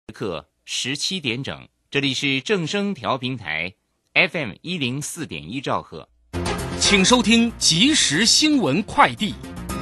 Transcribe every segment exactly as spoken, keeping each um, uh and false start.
刻十七点整，这里是正声调频台 F M 一零四点一兆赫， 请收听即时新闻快递。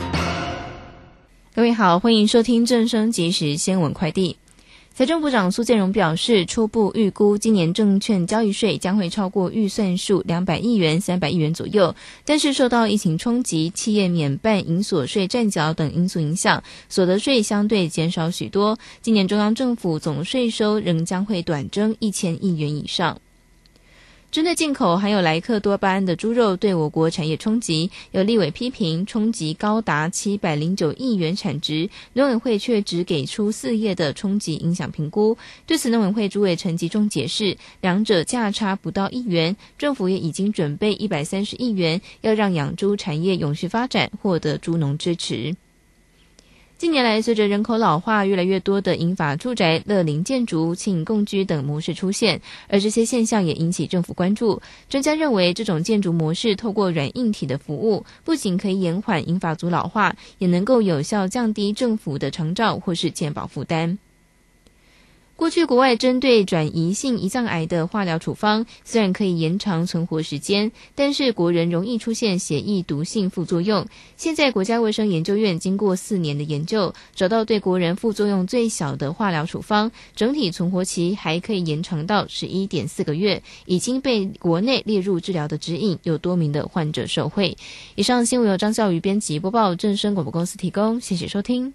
各位好，欢迎收听正声即时新闻快递。财政部长苏建荣表示，初步预估今年证券交易税将会超过预算数两百亿元、三百亿元左右，但是受到疫情冲击、企业免办营所税暂缴等因素影响，所得税相对减少许多。今年中央政府总税收仍将会短征一千亿元以上。针对进口含有莱克多巴胺的猪肉对我国产业冲击，有立委批评冲击高达七百零九亿元产值，农委会却只给出四页的冲击影响评估。对此，农委会主委陈吉仲解释，两者价差不到一元，政府也已经准备一百三十亿元，要让养猪产业永续发展，获得猪农支持。近年来，随着人口老化，越来越多的银发住宅、乐龄建筑、轻盈共居等模式出现，而这些现象也引起政府关注。专家认为，这种建筑模式透过软硬体的服务，不仅可以延缓银发族老化，也能够有效降低政府的长照或是健保负担。过去国外针对转移性胰脏癌的化疗处方虽然可以延长存活时间，但是国人容易出现血液毒性副作用。现在国家卫生研究院经过四年的研究，找到对国人副作用最小的化疗处方，整体存活期还可以延长到 十一点四个月，已经被国内列入治疗的指引，有多名的患者受惠。以上新闻由张孝瑜编辑播报，正声广播公司提供，谢谢收听。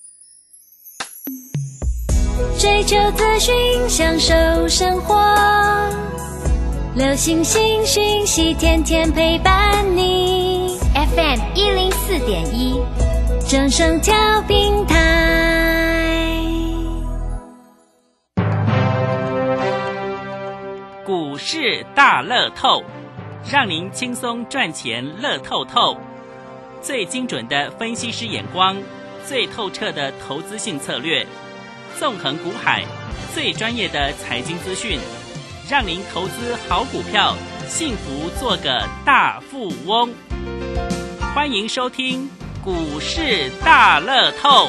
追求资讯，享受生活，流行新讯息，天天陪伴你。F M 一零四点一，正声调频台。 股市大乐透，让您轻松赚钱乐透透。最精准的分析师眼光，最透彻的投资性策略。纵横股海，最专业的财经资讯，让您投资好股票，幸福做个大富翁。欢迎收听股市大乐透。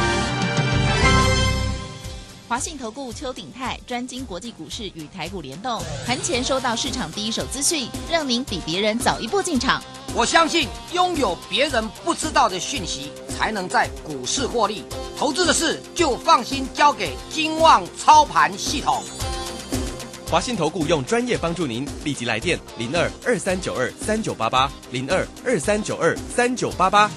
华信投顾邱鼎泰专精国际股市与台股联动，盘前收到市场第一手资讯，让您比别人早一步进场。 我相信拥有别人不知道的讯息，才能在股市获利。投资的事就放心交给金旺操盘系统。 华信投顾用专业帮助您，立即来电零二二三九二三九八八零二二三九二三九八八。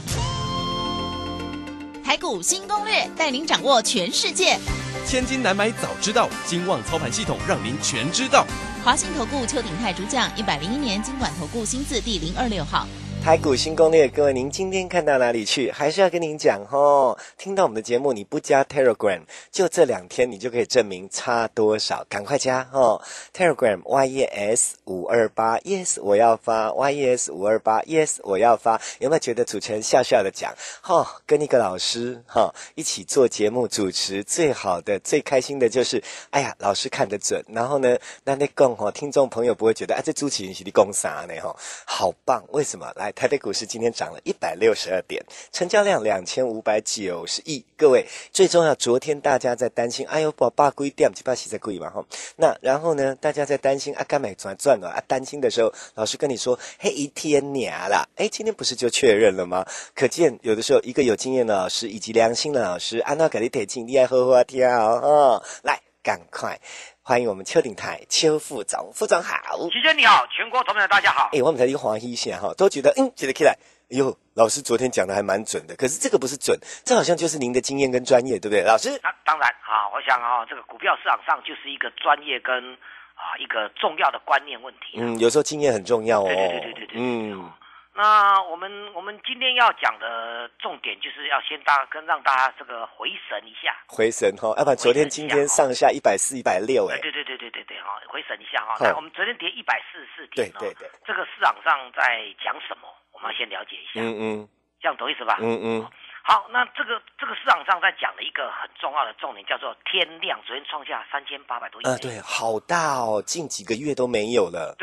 台股新攻略，带您掌握全世界。 千金难买早知道，金旺操盘系统让您全知道。 华信投顾邱鼎泰主讲，一百零一年金管投顾新字第零二六号。 台股新攻略，各位您今天看到哪里去？还是要跟您讲齁，听到我们的节目你不加 Telegram， 就这两天你就可以证明差多少，赶快加齁 Telegram Y E S 五二八 Yes 我要发 Y E S 五二八 Yes 我要发。有没有觉得主持人笑笑的讲齁，跟一个老师齁一起做节目主持，最好的最开心的就是哎呀老师看得准，然后呢那那讲齁听众朋友不会觉得啊这主持人是你讲啥呢齁，好棒。为什么？来台北股市今天涨了一百六十二点，成交量两千五百九十亿。各位，最重要，昨天大家在担心，哎呦，不八贵点，几把洗在贵嘛哈。那然后呢，大家在担心啊，干买赚赚了啊，担心的时候，老师跟你说，嘿，一天年啦，哎，今天不是就确认了吗？可见有的时候，一个有经验的老师以及良心的老师，按照给你提醒，你爱好好听哦。来，赶快。欢迎我们邱鼎泰邱副总，副总好， 齐真你好，全国同胞大家好。 哎，我们才一个欢喜一下哈，都觉得嗯，觉得起来，哎呦，老师昨天讲的还蛮准的，可是这个不是准，这好像就是您的经验跟专业，对不对，老师？ 那当然啊，我想啊，这个股票市场上就是一个专业跟啊一个重要的观念问题。 嗯，有时候经验很重要哦。 对对对对对对。 嗯。 那我们我们今天要讲的重点就是要先大跟让大家这个回神一下， 回神哈、哦，要不然昨天今天上下一百四、一百六哎， 对对对对对对哈，回神一下哈。那我们昨天跌一百四十四点， 对对对， 这个市场上在讲什么？我们要先了解一下， 嗯嗯， 这样懂意思吧？ 嗯嗯。 好，那这个这个市场上在讲的一个很重要的重点叫做天量，昨天创下三千八百多亿。 呃，对，好大哦，近几个月都没有了。 对，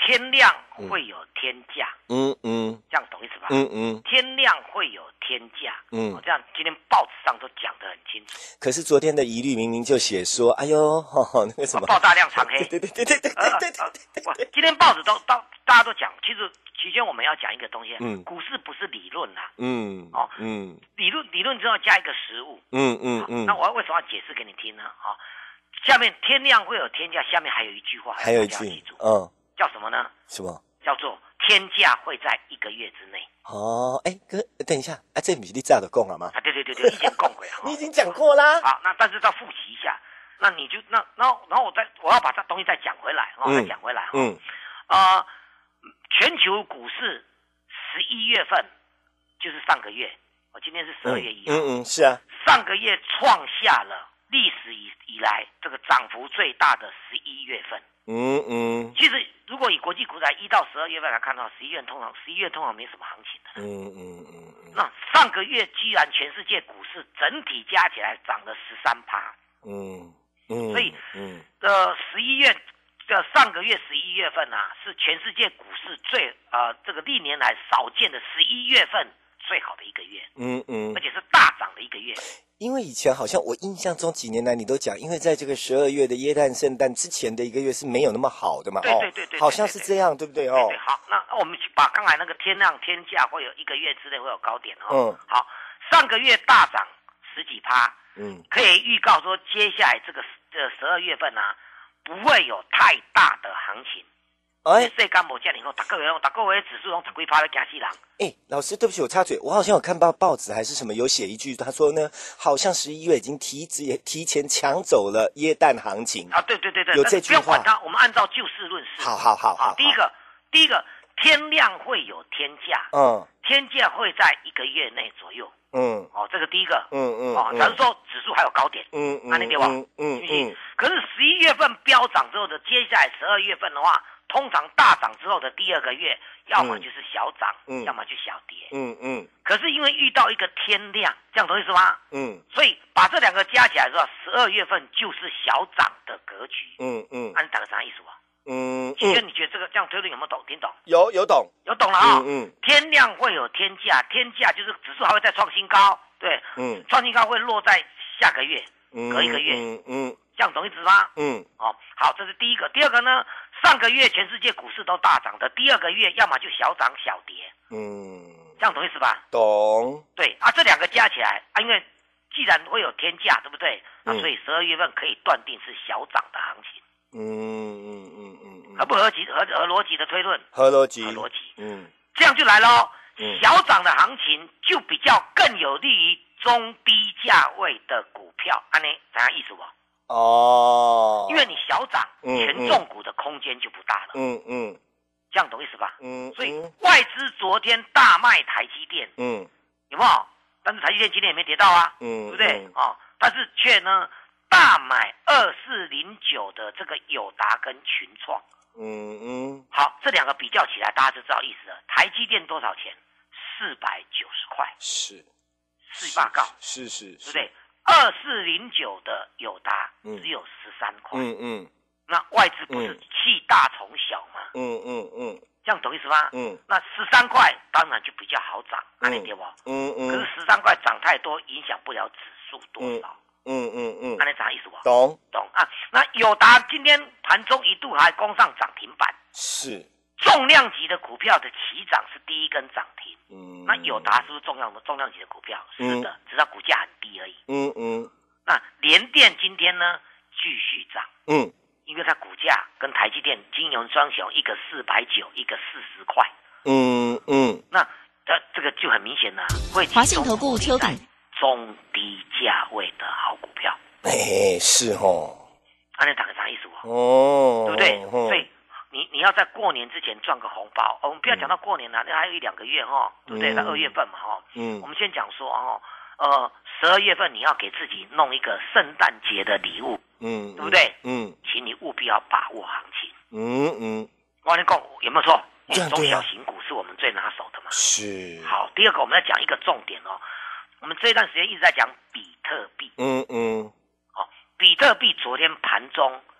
天亮会有天价， 嗯嗯， 这样懂意思吧？ 嗯嗯， 天亮会有天价， 嗯、 哦，这样今天报纸上都讲得很清楚。 可是昨天的疑虑明明就写说，哎呦，呵呵那个什么， 爆大量长黑， 对对对对对对对对对哇，今天报纸都都大家都讲，其实期间我们要讲一个东西， 嗯， 股市不是理论啦， 嗯， 哦， 嗯， 理论理论之后加一个实物， 嗯嗯嗯， 那我要为什么要解释给你听呢？哈、哦，下面天亮会有天价，下面还有一句话， 还有一句，嗯， 叫什么呢？ 什么？ 叫做天价会在一个月之内。 哦，哎哥，等一下，啊，这不是你早就讲了吗？ 啊，对对对对，以前讲过啊， 你已经讲过啦。 好，那但是再复习一下，那你就那然后然后我再我要把这东西再讲回来，哦，再讲回来， 嗯， 呃，全球股市十一月份就是上个月，我今天是十二月一号， 嗯嗯，是啊， 上个月创下了历史以以来这个涨幅最大的十一月份。 嗯嗯， 其实如果以国际股来一到十二月份来看的话，十一月通常十一月通常没什么行情的。 嗯嗯嗯嗯。 那上个月居然全世界股市整体加起来涨了十三趴。 嗯嗯。 所以， 嗯， 呃，十一月的上个月十一月份啊，是全世界股市最呃这个历年来少见的十一月份最好的一个月。 嗯嗯。 而且是大涨的一个月。 因为以前好像我印象中几年来你都讲，因为在这个十二月的耶诞圣诞之前的一个月是没有那么好的嘛， 对对对 对, 对， 好像是这样，对不对哦？ 对对，好，那我们把刚才那个天量天价会有一个月之内会有高点哦。 嗯， 好，上个月大涨十几趴， 嗯， 可以预告说接下来这个这十二月份啊，不会有太大的行情。哎，世间无这样以后，大个月大个月指数用十几趴在惊死人。 哎，老师，对不起，我插嘴，我好像有看到报纸还是什么有写一句，他说呢，好像十一月已经提提提前抢走了耶诞行情啊，对对对对， 有这句话， 不用管它，我们按照就事论事。 好好好好， 第一个，第一个，天量会有天价， 嗯， 天价会在一个月内左右， 嗯， 哦，这个第一个， 嗯嗯， 哦，假如说指数还有高点， 嗯嗯， 那你对吧？ 嗯嗯嗯， 可是十一月份飙涨之后的，接下来十二月份的话。通常大涨之后的第二个月，要么就是小涨，嗯、要么就小跌。嗯嗯。可是因为遇到一个天量，这样懂意思吗？嗯。所以把这两个加起来之后，十二月份就是小涨的格局。嗯嗯。那、啊、你打个啥意思啊？嗯。其实你觉得这个这样推论有没有懂？听懂？ 有有懂， 有懂了啊、哦。 嗯嗯。 天量会有天价，天价就是指数还会再创新高，对。嗯。创新高会落在下个月，隔一个月。嗯嗯。这样懂意思吗？嗯。哦，好，这是第一个。第二个呢？上个月全世界股市都大涨的，第二个月要么就小涨小跌，嗯，这样懂意思吧？ 懂。对啊，这两个加起来啊，因为既然会有天价，对不对？那、嗯、所以十二月份可以断定是小涨的行情。嗯嗯嗯嗯嗯，合不合辑合合逻辑的推论？ 合逻辑， 合逻辑。 嗯， 这样就来咯。嗯，小涨的行情就比较更有利于中低价位的股票，安尼怎样意思不？哦，因为你小涨，权重股的空间就不大了。嗯嗯，这样懂意思吧？嗯，所以外资昨天大卖台积电，嗯，有没有？但是台积电今天也没跌到啊，嗯，对不对？嗯、哦，但是却呢大买二四零九的这个友达跟群创。嗯嗯，好，这两个比较起来，大家就知道意思了。台积电多少钱？四百九十块。是，四八告。是是，对不对？二四零九的友达只有十三块，嗯嗯，那外资不是弃大从小吗？嗯嗯嗯，这样懂意思吗？嗯，那十三块当然就比较好涨，安利对不？嗯嗯，可是十三块涨太多，影响不了指数多少。嗯嗯嗯，安利啥意思不？懂懂啊。那友达今天盘中一度还攻上涨停板，是重量级的股票的起涨是第一根涨停。嗯，那友达是不是重量的重量级的股票？是的，只是它股价很低而已。嗯嗯。那联电今天呢继续涨。嗯，因为它股价跟台积电金融双雄，一个四百九，一个四十块。嗯嗯。那呃这个就很明显了，会华信投顾邱鼎中低价位的好股票。 哎，是哦。 按你打个啥意思哦？哦，对不对？哦、所以。你你要在过年之前赚个红包，哦、我们不要讲到过年了，那、嗯、还有一两个月哈，对不对？在、嗯、二月份嘛哈，嗯，我们先讲说哦，呃，十二月份你要给自己弄一个圣诞节的礼物，嗯，对不对？嗯，请你务必要把握行情，嗯嗯，我跟你讲有没有错？中小型股是我们最拿手的嘛，是。好，第二个我们要讲一个重点哦，我们这一段时间一直在讲比特币，嗯嗯，哦，比特币昨天盘中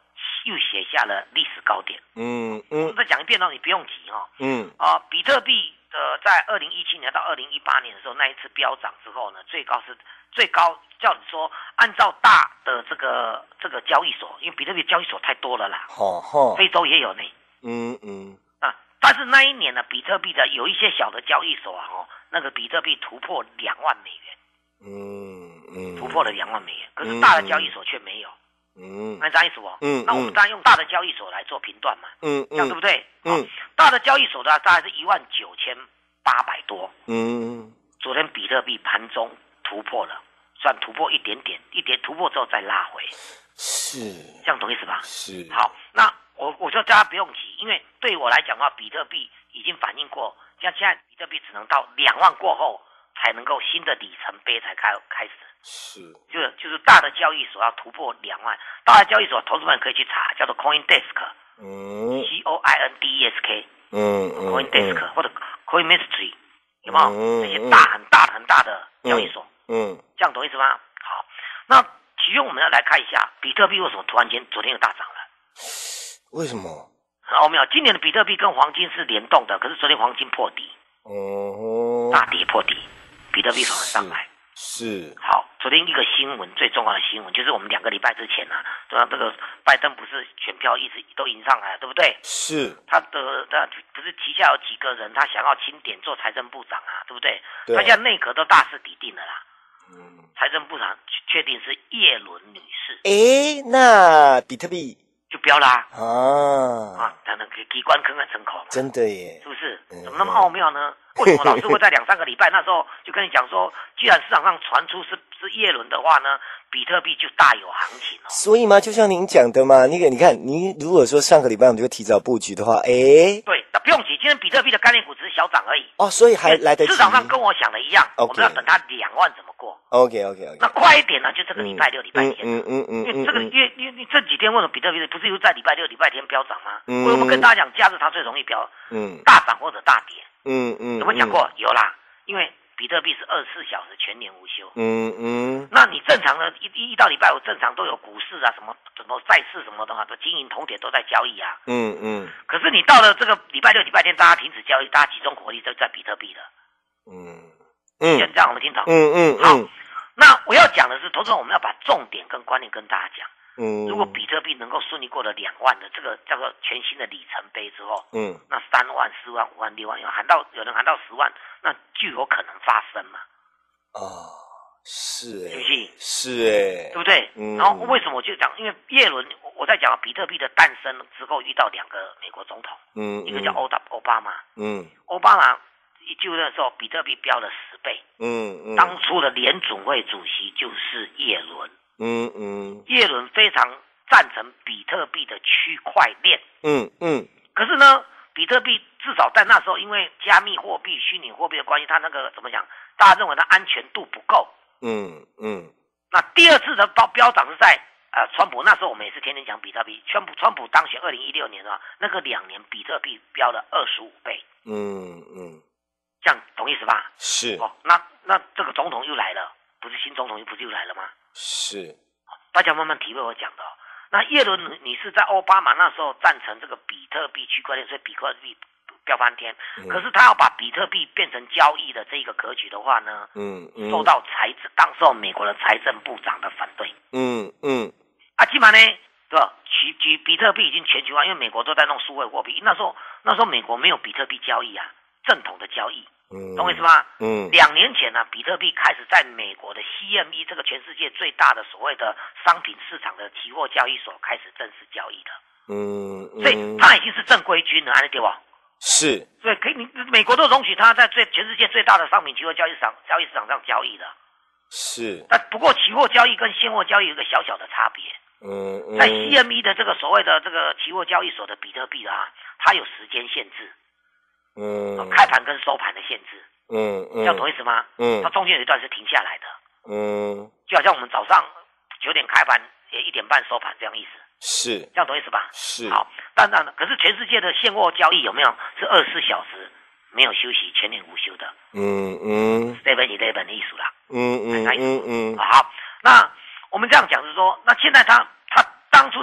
又写下了历史高点。 嗯嗯， 我再讲一遍哦，你不用急哦。 嗯啊、呃，比特币呃，在二零一七年到二零一八年的时候，那一次飙涨之后呢，最高是最高叫你说，按照大的这个这个交易所，因为比特币交易所太多了啦， 好好， 非洲也有呢。 嗯嗯啊，但是那一年呢，比特币的有一些小的交易所啊，哦，那个比特币突破两万美元。 嗯嗯， 突破了两万美元，可是大的交易所却没有。 嗯， 那啥意思哦？ 嗯， 那我们当然用大的交易所来做评断嘛。 嗯嗯， 这样对不对？ 嗯， 哦、大的交易所的大概是一万九千八百多。 嗯， 昨天比特币盘中突破了，算突破一点点，一点突破之后再拉回。 是， 这样懂意思吧？ 是。 好，那我我就大家不用急，因为对我来讲的话，比特币已经反映过，像现在比特币只能到两万过后才能够新的里程碑才开开始。 是， 就是就是大的交易所要突破两万，大的交易所投资们可以去查，叫做 CoinDesk， 嗯 ，C O I N D E S K， 嗯嗯 ，CoinDesk、嗯、或者 CoinMystery， 有没有？ 嗯、 这些大很大很大的交易所， 嗯，嗯这样懂意思吗？好，那其中我们要来看一下比特币为什么突然间昨天又大涨了？ 为什么？ 哦，没有，今年的比特币跟黄金是联动的，可是昨天黄金破底， 哦， 大跌破底，比特币反而上来。 是， 好，昨天一个新闻最重要的新闻就是我们两个礼拜之前啊，对吧？这个拜登不是选票一直都赢上来了，对不对？ 是， 他的他不是旗下有几个人，他想要钦点做财政部长啊，对不对？ 对， 他现在内阁都大势已定了啦。 嗯， 财政部长确定是叶伦女士。 诶，那比特币就飙啦啊啊！当然给机关坑坑成口， 真的耶， 是不是？ 嗯、 怎么那么奥妙呢？为什么老师会在两三个礼拜那时候就跟你讲说，既然市场上传出是是叶伦的话呢，比特币就大有行情哦。 所以嘛，就像您讲的嘛，那个你看，您如果说上个礼拜我们就提早布局的话，诶， 对，那不用急，今天比特币的概念股只是小涨而已哦，所以还来得及。 市场上跟我想的一样， okay. 我们要等它两万怎么过 ？OK OK OK。 那快一点呢，就这个礼拜六、礼拜天。 嗯嗯嗯因为这个，因为因为这几天为什么比特币不是又在礼拜六、礼拜天飙涨吗？ 嗯， 我有没有跟大家讲，假日它最容易飙， 嗯， 大涨或者大跌。 嗯嗯， 有没有讲过？有啦，因为比特币是二十四小时全年无休。 嗯嗯， 那你正常的一一到礼拜五正常都有股市啊，什么什么债市什么的啊，都金银铜铁都在交易啊。 嗯嗯。 可是你到了这个礼拜六、礼拜天，大家停止交易，大家集中火力就在比特币了。 嗯嗯， 这样我们听懂？ 嗯嗯嗯。 好，那我要讲的是，投资人我们要把重点跟观念跟大家讲。 嗯， 如果比特币能够顺利过了两万的这个叫做全新的里程碑之后， 嗯， 那三万、四万、五万、六万，有喊到有人喊到十万，那就有可能发生嘛。 哦，是哎， 是不是？ 是哎， 对不对？ 嗯。 然后为什么我就讲？因为叶伦，我在讲比特币的诞生之后，遇到两个美国总统， 嗯， 一个叫欧达奥巴马， 嗯， 奥巴马就那时候比特币飙了十倍， 嗯嗯， 当初的联准会主席就是叶伦。 嗯嗯， 叶伦非常赞成比特币的区块链。 嗯嗯。 可是呢，比特币至少在那时候，因为加密货币、虚拟货币的关系，它那个怎么讲？大家认为它安全度不够。 嗯嗯。 那第二次的飙飙涨是在呃川普那时候，我们也是天天讲比特币。川普川普当选二零一六年啊，那个两年比特币飙了二十五倍。 嗯嗯。 这样懂意思吧？ 是。 哦，那那这个总统又来了，不是新总统又不是又来了吗？ 是， 大家慢慢体会我讲的哦。那叶伦女士在奥巴马那时候赞成这个比特币区块链，所以比特币飙翻天。 嗯、 可是他要把比特币变成交易的这一个格局的话呢， 嗯嗯， 受到财政当时候美国的财政部长的反对。 嗯嗯， 啊，基本呢，对吧？举举比特币已经全球化，因为美国都在弄数位货币。那时候那时候美国没有比特币交易啊，正统的交易。 嗯， 懂我意思吗？ 嗯， 两年前呢、啊，比特币开始在美国的 C M E 这个全世界最大的所谓的商品市场的期货交易所开始正式交易的。 嗯， 所以它已经是正规军了，按对吧？ 是。 所以可以，你美国都容许它在最全世界最大的商品期货交易市场交易市场上交易的。 是。 但不过期货交易跟现货交易有一个小小的差别。 嗯嗯。 在 C M E 的这个所谓的这个期货交易所的比特币啊，它有时间限制。 嗯， 开盘跟收盘的限制， 嗯嗯， 这样懂意思吗？ 嗯， 它中间有一段是停下来的， 嗯， 就好像我们早上九点开盘，也一点半收盘这样意思， 是， 这样懂意思吧？ 是。 好，当然了，可是全世界的现货交易有没有是二十四小时没有休息、全年无休的？ 嗯嗯 ，seven eleven 的意思啦， 嗯嗯嗯嗯， 好，那我们这样讲是说，那现在它它当初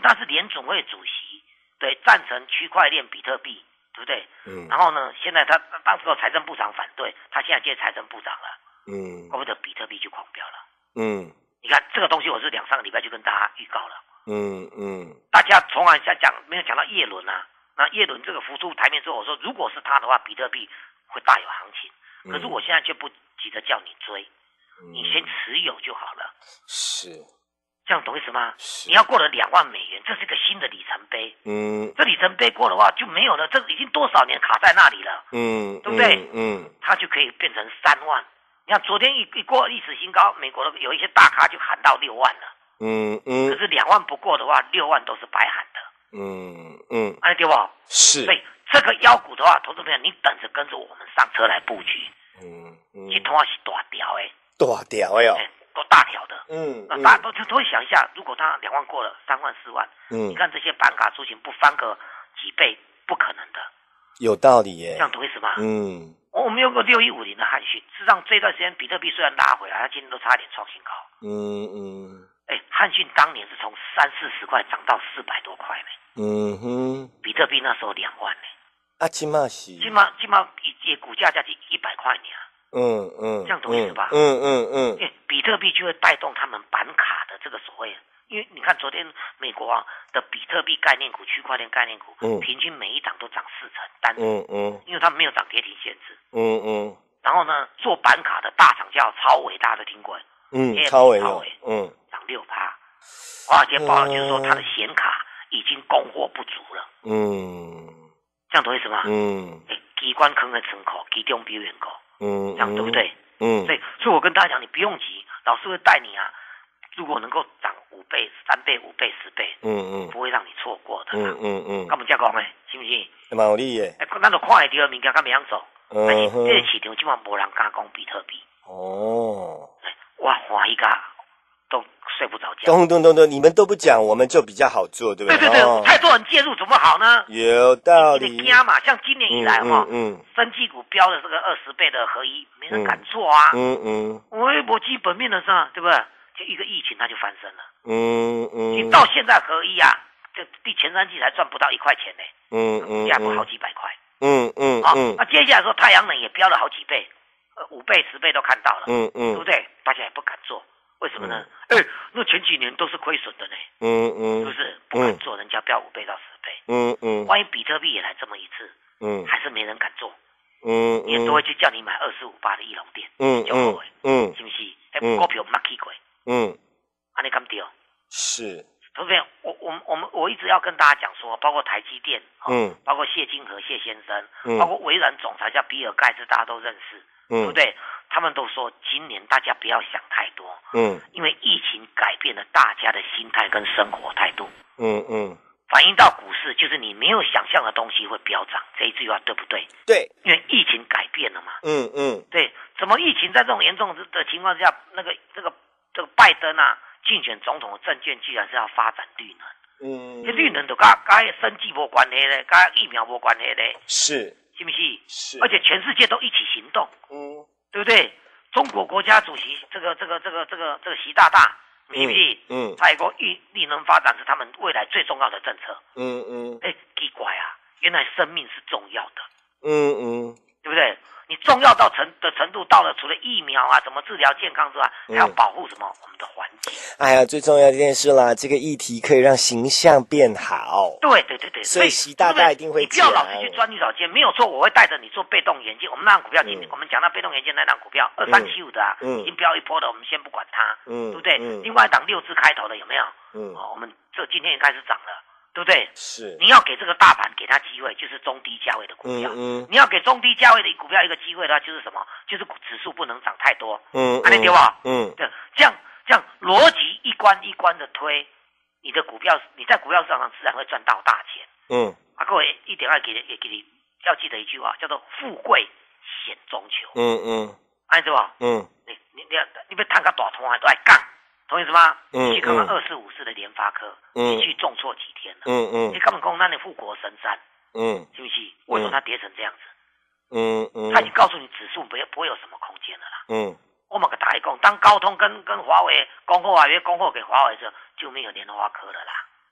他是联准会主席，对，赞成区块链比特币，对不对？嗯。然后呢，现在他当时有财政部长反对，他现在接财政部长了，嗯，怪不得比特币就狂飙了，嗯。你看这个东西，我是两三个礼拜就跟大家预告了，嗯嗯。大家从来在讲没有讲到叶伦啊，那叶伦这个浮出台面之后，我说如果是他的话，比特币会大有行情。可是我现在就不急着叫你追，嗯、你先持有就好了。是。这样懂意思吗？你要过了两万美元，这是一个新的里程碑。嗯，这里程碑过的话就没有了，这已经多少年卡在那里了。嗯，对不对？嗯，嗯它就可以变成三万。你看昨天一一过历史新高，美国的有一些大咖就喊到六万了。嗯嗯。可是两万不过的话，六万都是白喊的。嗯嗯。哎，对不？是。所以这个妖股的话，投资朋友，你等着跟着我们上车来布局。嗯嗯。这通话是大条诶。大条诶哦。够大条的，嗯，那大家都都会想一下，如果他两万过了，三万四万，嗯，你看这些板卡族群不翻个几倍，不可能的，有道理耶，这样懂意思吗？嗯，我们有个六一五零的汉讯，事实上这段时间比特币虽然拉回来，它今天都差点创新高，嗯嗯，哎，汉讯当年是从三四十块涨到四百多块呢，嗯哼，比特币那时候两万呢，啊，今嘛是，今嘛今嘛也股价价是一百块呢。嗯嗯，这样懂意思吧？嗯嗯嗯，因为比特币就会带动他们板卡的这个所谓，因为你看昨天美国啊的比特币概念股、区块链概念股，嗯，平均每一档都涨四成，单嗯嗯，因为他们没有涨跌停限制，嗯嗯，然后呢，做板卡的大厂叫超伟，大家都听过，嗯，超伟，超伟，嗯，涨六趴，华尔街报道就是说它的显卡已经供货不足了，嗯，这样懂意思吗？嗯，哎，机关坑的存口，其中表现高。嗯，这样对不对？嗯，所以，所以我跟大家讲，你不用急，老师会带你啊。如果能够涨五倍、三倍、五倍、十倍，嗯嗯，不会让你错过的。嗯嗯嗯，咁我这样讲诶，信不信？蛮有理诶。哎，咱就看会到物件，敢袂样走？嗯但是这个市场基本上无人敢讲比特币。哦。我欢喜噶，都睡不着觉。咚咚咚咚，你们都不讲，我们就比较好做，对不对？对对对，哦、太多人介入怎么好呢？有道理。你惊嘛？像今年以来哈，嗯，嗯生技股标的这个二十倍的合一，没人敢做啊。嗯嗯。我也不基本面的上，对不对？就一个疫情，它就翻身了。嗯嗯。你到现在合一啊，这第前三季才赚不到一块钱呢。嗯嗯。价不好几百块。嗯嗯。好，那接下来说太阳能也标了好几倍，呃，五倍、十倍都看到了。嗯嗯。对不对？大家也不敢做。为什么呢？哎、欸，那前几年都是亏损的呢。嗯嗯，是不是不敢做？人家标五倍到十倍。嗯嗯，万一比特币也来这么一次，嗯，还是没人敢做。嗯嗯，也都会去叫你买二四五八的翼龙店。嗯嗯嗯，是不是？哎、嗯，股票没起过。嗯，安尼咁对。是。对不对？我我我们我一直要跟大家讲说，包括台积电，嗯，包括谢金河谢先生，嗯，包括微软总裁叫比尔盖茨，大家都认识，嗯，对不对？他们都说今年大家不要想太多，嗯，因为疫情改变了大家的心态跟生活态度，嗯嗯，反映到股市就是你没有想象的东西会飙涨，这一句话对不对？对，因为疫情改变了嘛，嗯嗯，对，怎么疫情在这种严重的情况下，那个这个这个拜登啊？竞选总统的政见居然是要发展绿能，嗯，这绿能都跟跟生技无关系嘞，跟疫苗无关系嘞，是，是不是？是，而且全世界都一起行动，嗯，对不对？中国国家主席这个这个这个这个这个习大大，是不是？嗯，他有个绿绿能发展是他们未来最重要的政策，嗯嗯，哎，奇怪啊，原来生命是重要的，嗯嗯，对不对？你重要到程的程度到了，除了疫苗啊，怎么治疗健康之外，还要保护什么？我们的环境。哎呀，最重要的一件事啦，这个议题可以让形象变好。对对对对，所以习大大一定会讲。你不要老是去钻牛角尖，没有错，我会带着你做被动元件。我们那档股票今天、嗯、我们讲到被动元件那档股票二三七五的啊，嗯、已经飙一波了，我们先不管它，嗯，对不对？嗯、另外一档六字开头的有没有？嗯，哦，我们这今天也开始涨了。对不对？是，你要给这个大盘给它机会，就是中低价位的股票。嗯嗯，你要给中低价位的股票一个机会的话，就是什么？就是指数不能涨太多。嗯，安利对吧？嗯，对，这样这样逻辑一关一关的推，你的股票你在股票市场上自然会赚到大钱。嗯，啊，各位一点要给也给你要记得一句话，叫做富贵险中求。嗯嗯，安利对吧？嗯，你你你你别贪个大头还都爱杠。同意思吗？嗯，你去看看二四五四的联发科，嗯，你去重挫几天了？嗯嗯，你根本讲那你护国神山，嗯，是不是？为什么它跌成这样子？嗯嗯，他已经告诉你指数不会不会有什么空间了啦。嗯，我们个打一讲，当高通跟跟华为供货啊，因为供货给华为的时候，就没有联发科了啦。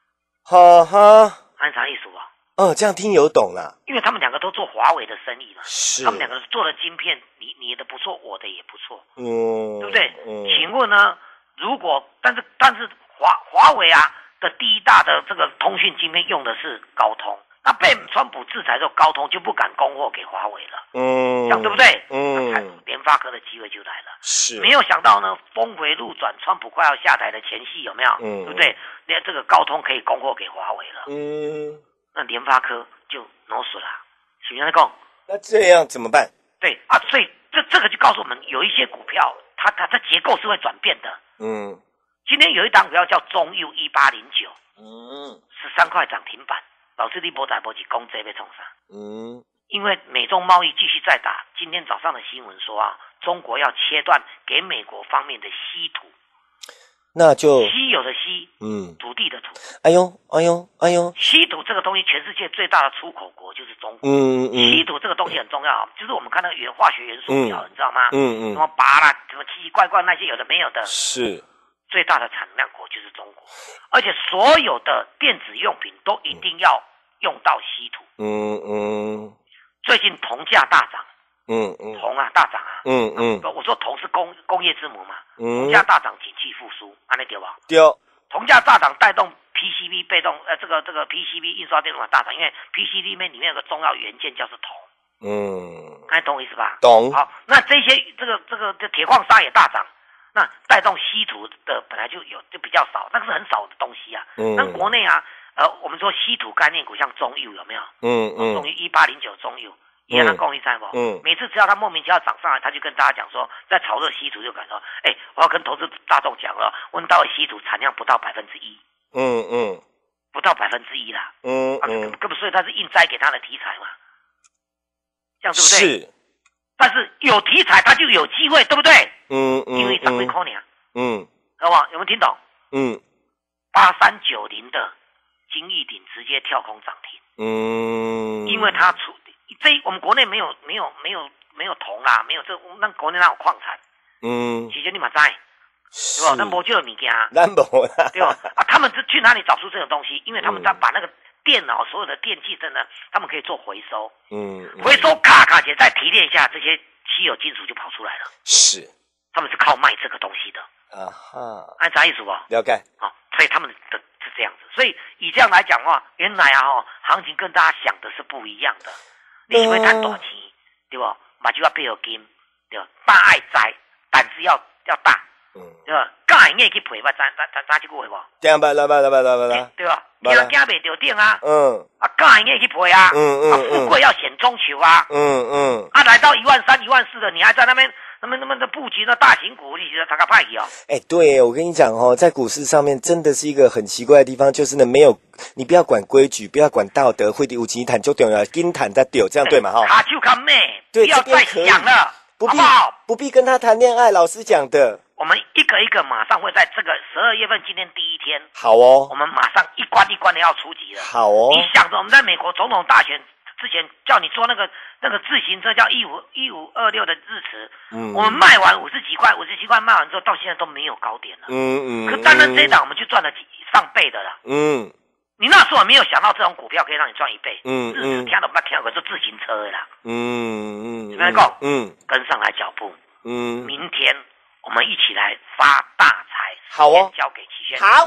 哈哈， 按啥意思啊？ 哦，这样听有懂啦。 因为他们两个都做华为的生意嘛， 是， 他们两个做的晶片，你你的不错，我的也不错， 嗯， 对不对？ 嗯， 请问呢？如果但是但是华华为啊的第一大的这个通讯晶片用的是高通，那被川普制裁之后，高通就不敢供货给华为了， 嗯， 这样对不对？ 嗯， 联发科的机会就来了， 是， 没有想到呢，峰回路转，川普快要下台的前夕有没有？嗯，对不对？那这个高通可以供货给华为了，嗯，那联发科就挪死了，是不是讲？ 那这样怎么办？ 对啊，所以这这个就告诉我们，有一些股票它它它结构是会转变的。嗯，今天有一档股票叫中佑一八零九，嗯，十三块涨停板。老师你波仔波去攻这被冲上，嗯，因为美中贸易继续在打。今天早上的新闻说啊，中国要切断给美国方面的稀土， 那就稀有的稀，嗯，土地的土。 哎呦哎呦哎呦， 稀土这个东西，全世界最大的出口国就是中国。嗯嗯，稀土这个东西很重要，就是我们看那个元化学元素表，嗯、你知道吗？嗯嗯，什么钯啦，什么奇奇怪怪那些有的没有的， 是最大的产量国就是中国，而且所有的电子用品都一定要用到稀土。嗯嗯，最近铜价大涨。嗯嗯，铜啊大涨啊。嗯嗯，我说铜是工工业之母嘛。嗯，铜价大涨，景气复苏，安尼对吧？ 对。 铜价大涨带动 P C B 被动，呃，这个这个 P C B 印刷电路板大涨，因为 P C B 里面里面有个重要元件叫是铜。嗯，看懂我意思吧？ 懂。 好，那这些这个这个这铁矿砂也大涨。那带动稀土的本来就有就比较少，那个是很少的东西啊。嗯。那国内啊，呃，我们说稀土概念股像中佑有没有？嗯嗯。中佑一八零九中佑，一样的供应商不？嗯。每次只要它莫名其妙涨上来，他就跟大家讲说，在炒热稀土就敢说，哎、欸，我要跟投资大众讲了，问到稀土产量不到百分之一。嗯嗯。不到百分之一啦。嗯嗯。根本所以它是硬栽给他的题材嘛，这样对不对？是。但是有题材，它就有机会，对不对？嗯嗯，因为涨几块呢？嗯，好不好？有没有听懂？嗯，八三九零的金益鼎直接跳空涨停。嗯，因为它出这我们国内没有没有没有没有铜啦，没有这那国内那有矿产。嗯，其实你嘛知，对吧？咱没这个物件， 咱没啦， 对吧？啊，他们是去哪里找出这种东西？因为他们在把那个电脑所有的电器真的，他们可以做回收。嗯，回收卡卡姐再提炼一下，这些稀有金属就跑出来了。 是。 他们是靠卖这个东西的，啊哈，按啥意思不？ 了解。 好、哦，所以他们的是这样子。所以以这样来讲的话，原来啊哈，行情跟大家想的是不一样的。你喜欢赚大钱，对不？嘛就要配合金，对吧？大爱栽，胆子要要大，嗯，对吧？敢会硬去赔吧？咱咱咱咱这个话不？ 对吧？来吧来吧来吧来， 对吧？惊惊袂着顶啊，嗯，啊，敢会硬去赔啊，嗯嗯，啊，富贵要险中求啊，嗯嗯，啊，来到一万三、一万四的，你还在那边。那么，那么的布局那大型股，你觉得它个派系啊？ 哎，对，我跟你讲哦，在股市上面真的是一个很奇怪的地方，就是呢，没有你不要管规矩，不要管道德，会有钱谈就重要，金谈在丢，这样对吗？哈， 卡就卡妹，不要再想了， 不必好不好？ 不必跟他谈恋爱，老师讲的。 我们一个一个马上会在这个十二月份今天第一天， 好哦， 我们马上一关一关的要出击了。 好哦， 你想着我们在美国总统大选之前叫你做那个那个自行车叫一五一五二六的日驰，嗯，我们卖完五十几块，五十七块卖完之后，到现在都没有高点了，嗯嗯，可单单这一档我们就赚了几上倍的了，嗯，你那时候没有想到这种股票可以让你赚一倍，嗯嗯，日驰听都不听过，是自行车的啦，嗯嗯，怎么样？嗯，跟上来脚步，嗯，明天我们一起来发大财， 好哦， 交给齐轩， 好。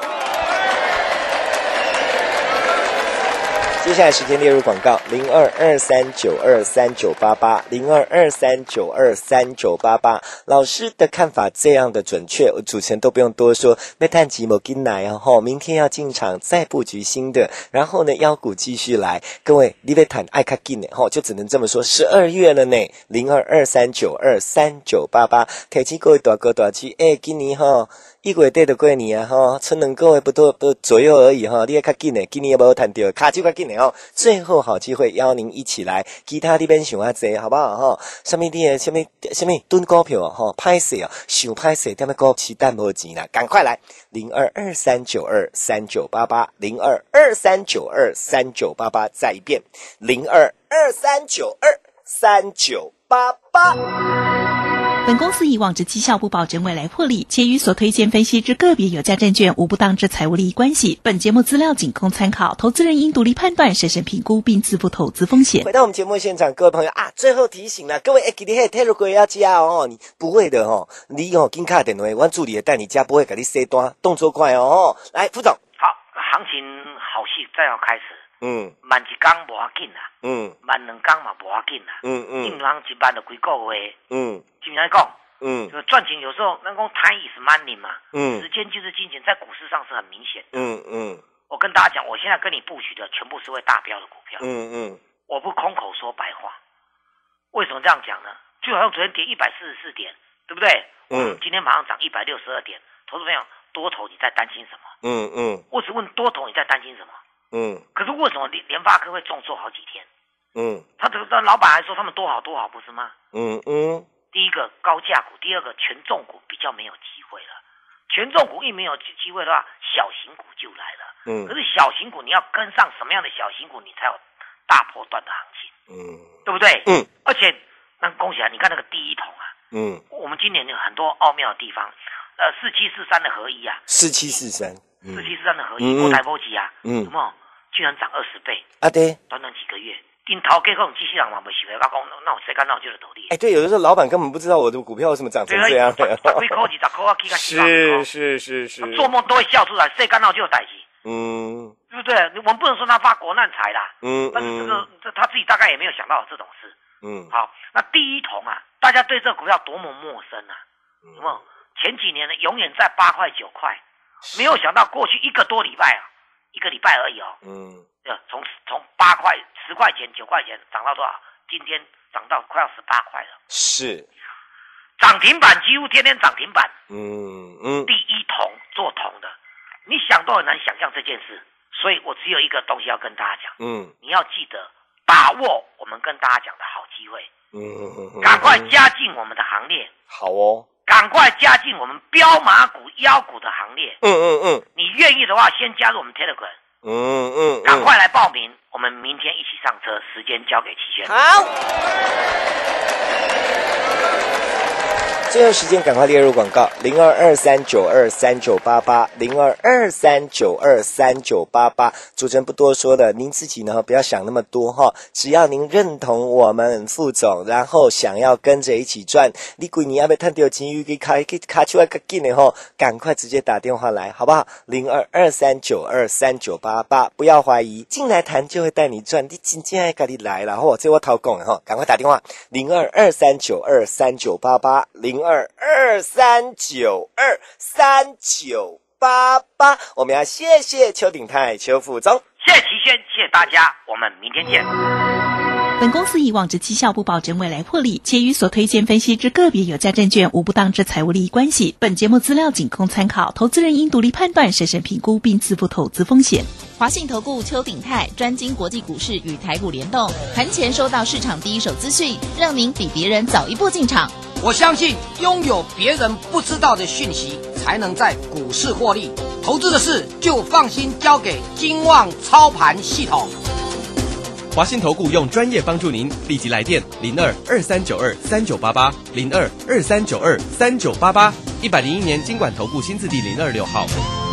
接下来时间列入广告，零二二三九二三九八八，零二二三九二三九八八。老师的看法这样的准确，主持人都不用多说。那探吉某金来啊，吼，明天要进场再布局新的，然后呢，妖股继续来。各位，你别谈爱卡金呢，吼，就只能这么说。十二月了呢，零二二三九二三九八八，开启各位大哥大姐，哎，今年吼。一月底就过年啊，吼，剩两个月不多不左右而已哈，你也较紧的，今年也无谈到，卡就较紧的哦。最后好机会邀您一起来，其他那边想啊济，好不好哈？什么的，什么什么蹲股票啊，哈，拍势啊，想拍势，他们股期淡无钱啦，赶快来零二二三九二三九八八零二二三九二三九八八，再一遍零二二三九二三九八八。 本公司以往之绩效不保证未来获利，且与所推荐分析之个别有价证券无不当之财务利益关系。本节目资料仅供参考，投资人应独立判断、审慎评估并自负投资风险。 回到我们节目现场，各位朋友啊，最后提醒了各位，哎，今天 Telegram 要加哦，你不会的哦，你哦，紧卡电话，我助理带你加，不会给你塞单，动作快哦。来，副总， 好，行情好戏再要开始。嗯，慢一天无要紧啦，嗯，慢两天嘛无要紧啦，嗯嗯，一人一慢就几个月，嗯，怎么样讲？嗯，就赚钱有时候那讲 time is money 嘛，嗯，时间就是金钱，在股市上是很明显的，嗯嗯，我跟大家讲，我现在跟你布局的全部是会大标的股票，嗯嗯，我不空口说白话，为什么这样讲呢？就好像昨天跌一百四十四点，对不对？嗯，今天马上涨一百六十二点，投资朋友，多头你在担心什么？嗯嗯，我只问多头你在担心什么？嗯，可是为什么联联发科会重挫好几天？嗯，他的老板还说他们多好多好，不是吗？嗯嗯，第一个高价股，第二个权重股比较没有机会了。权重股一没有机会的话，小型股就来了。嗯，可是小型股你要跟上什么样的小型股，你才有大波段的行情？嗯，对不对？嗯，而且那恭喜啊，你看那个第一桶啊，嗯，我们今年有很多奥妙的地方，呃，四七四三的合一啊， 四七四三。 四七四三的合一，国台波级啊，嗯，什么居然涨二十倍啊？对， 短短几个月，顶头给讲机器人嘛没想到，我讲那我谁敢闹就是投力？ 哎，对，有的时候老板根本不知道我的股票为什么涨成这样的， 十几块几十块啊，起个是是是是， 做梦都会笑出来，谁敢闹就有代志，嗯，对不对？我们不能说他发国难财啦，嗯，但是这个这他自己大概也没有想到这种事，嗯，好，那第一桶啊，大家对这个股票多么陌生啊，有没有？前几年呢，永远在八块九块。没有想到过去一个多礼拜啊，一个礼拜而已哦。嗯，从从八块、十块钱、九块钱涨到多少？今天涨到快要十八块了。 是， 涨停板几乎天天涨停板。嗯嗯，第一桶做桶的，你想都很难想象这件事。所以我只有一个东西要跟大家讲。嗯，你要记得把握我们跟大家讲的好机会。嗯嗯嗯，赶快加进我们的行列。 好哦。 赶快加进我们标马股、妖股的行列。嗯嗯嗯，你愿意的话，先加入我们 Telegram。嗯嗯，赶快来报名，我们明天一起上车。时间交给齐轩。 好。最后时间赶快列入广告：零二二三九二三九八八，零二二三九二三九八八。主持人不多说了，您自己呢不要想那么多哈，只要您认同我们副总，然后想要跟着一起赚，你几年要被探到钱鱼给卡给卡出来个紧的吼，赶快直接打电话来，好不好？零二二三九二三九八八，不要怀疑，进来谈就会带你赚，你真正爱跟你来了吼，这我头讲的吼，赶快打电话零二二三九二三九八八零二二三九二三九八八，我们要谢谢邱鼎泰邱副总， 谢谢齐轩，谢谢大家，我们明天见。 本公司以往之绩效不保证未来获利，且与所推荐分析之个别有价证券无不当之财务利益关系。本节目资料仅供参考，投资人应独立判断、审慎评估并自负投资风险。 华信投顾邱鼎泰专精国际股市与台股联动，盘前收到市场第一手资讯，让您比别人早一步进场。 我相信拥有别人不知道的讯息，才能在股市获利。投资的事就放心交给金旺操盘系统。 华信投顾用专业帮助您，立即来电零二二三九二三九八八零二二三九二三九八八，一百零一年金管投顾新字第零二六号。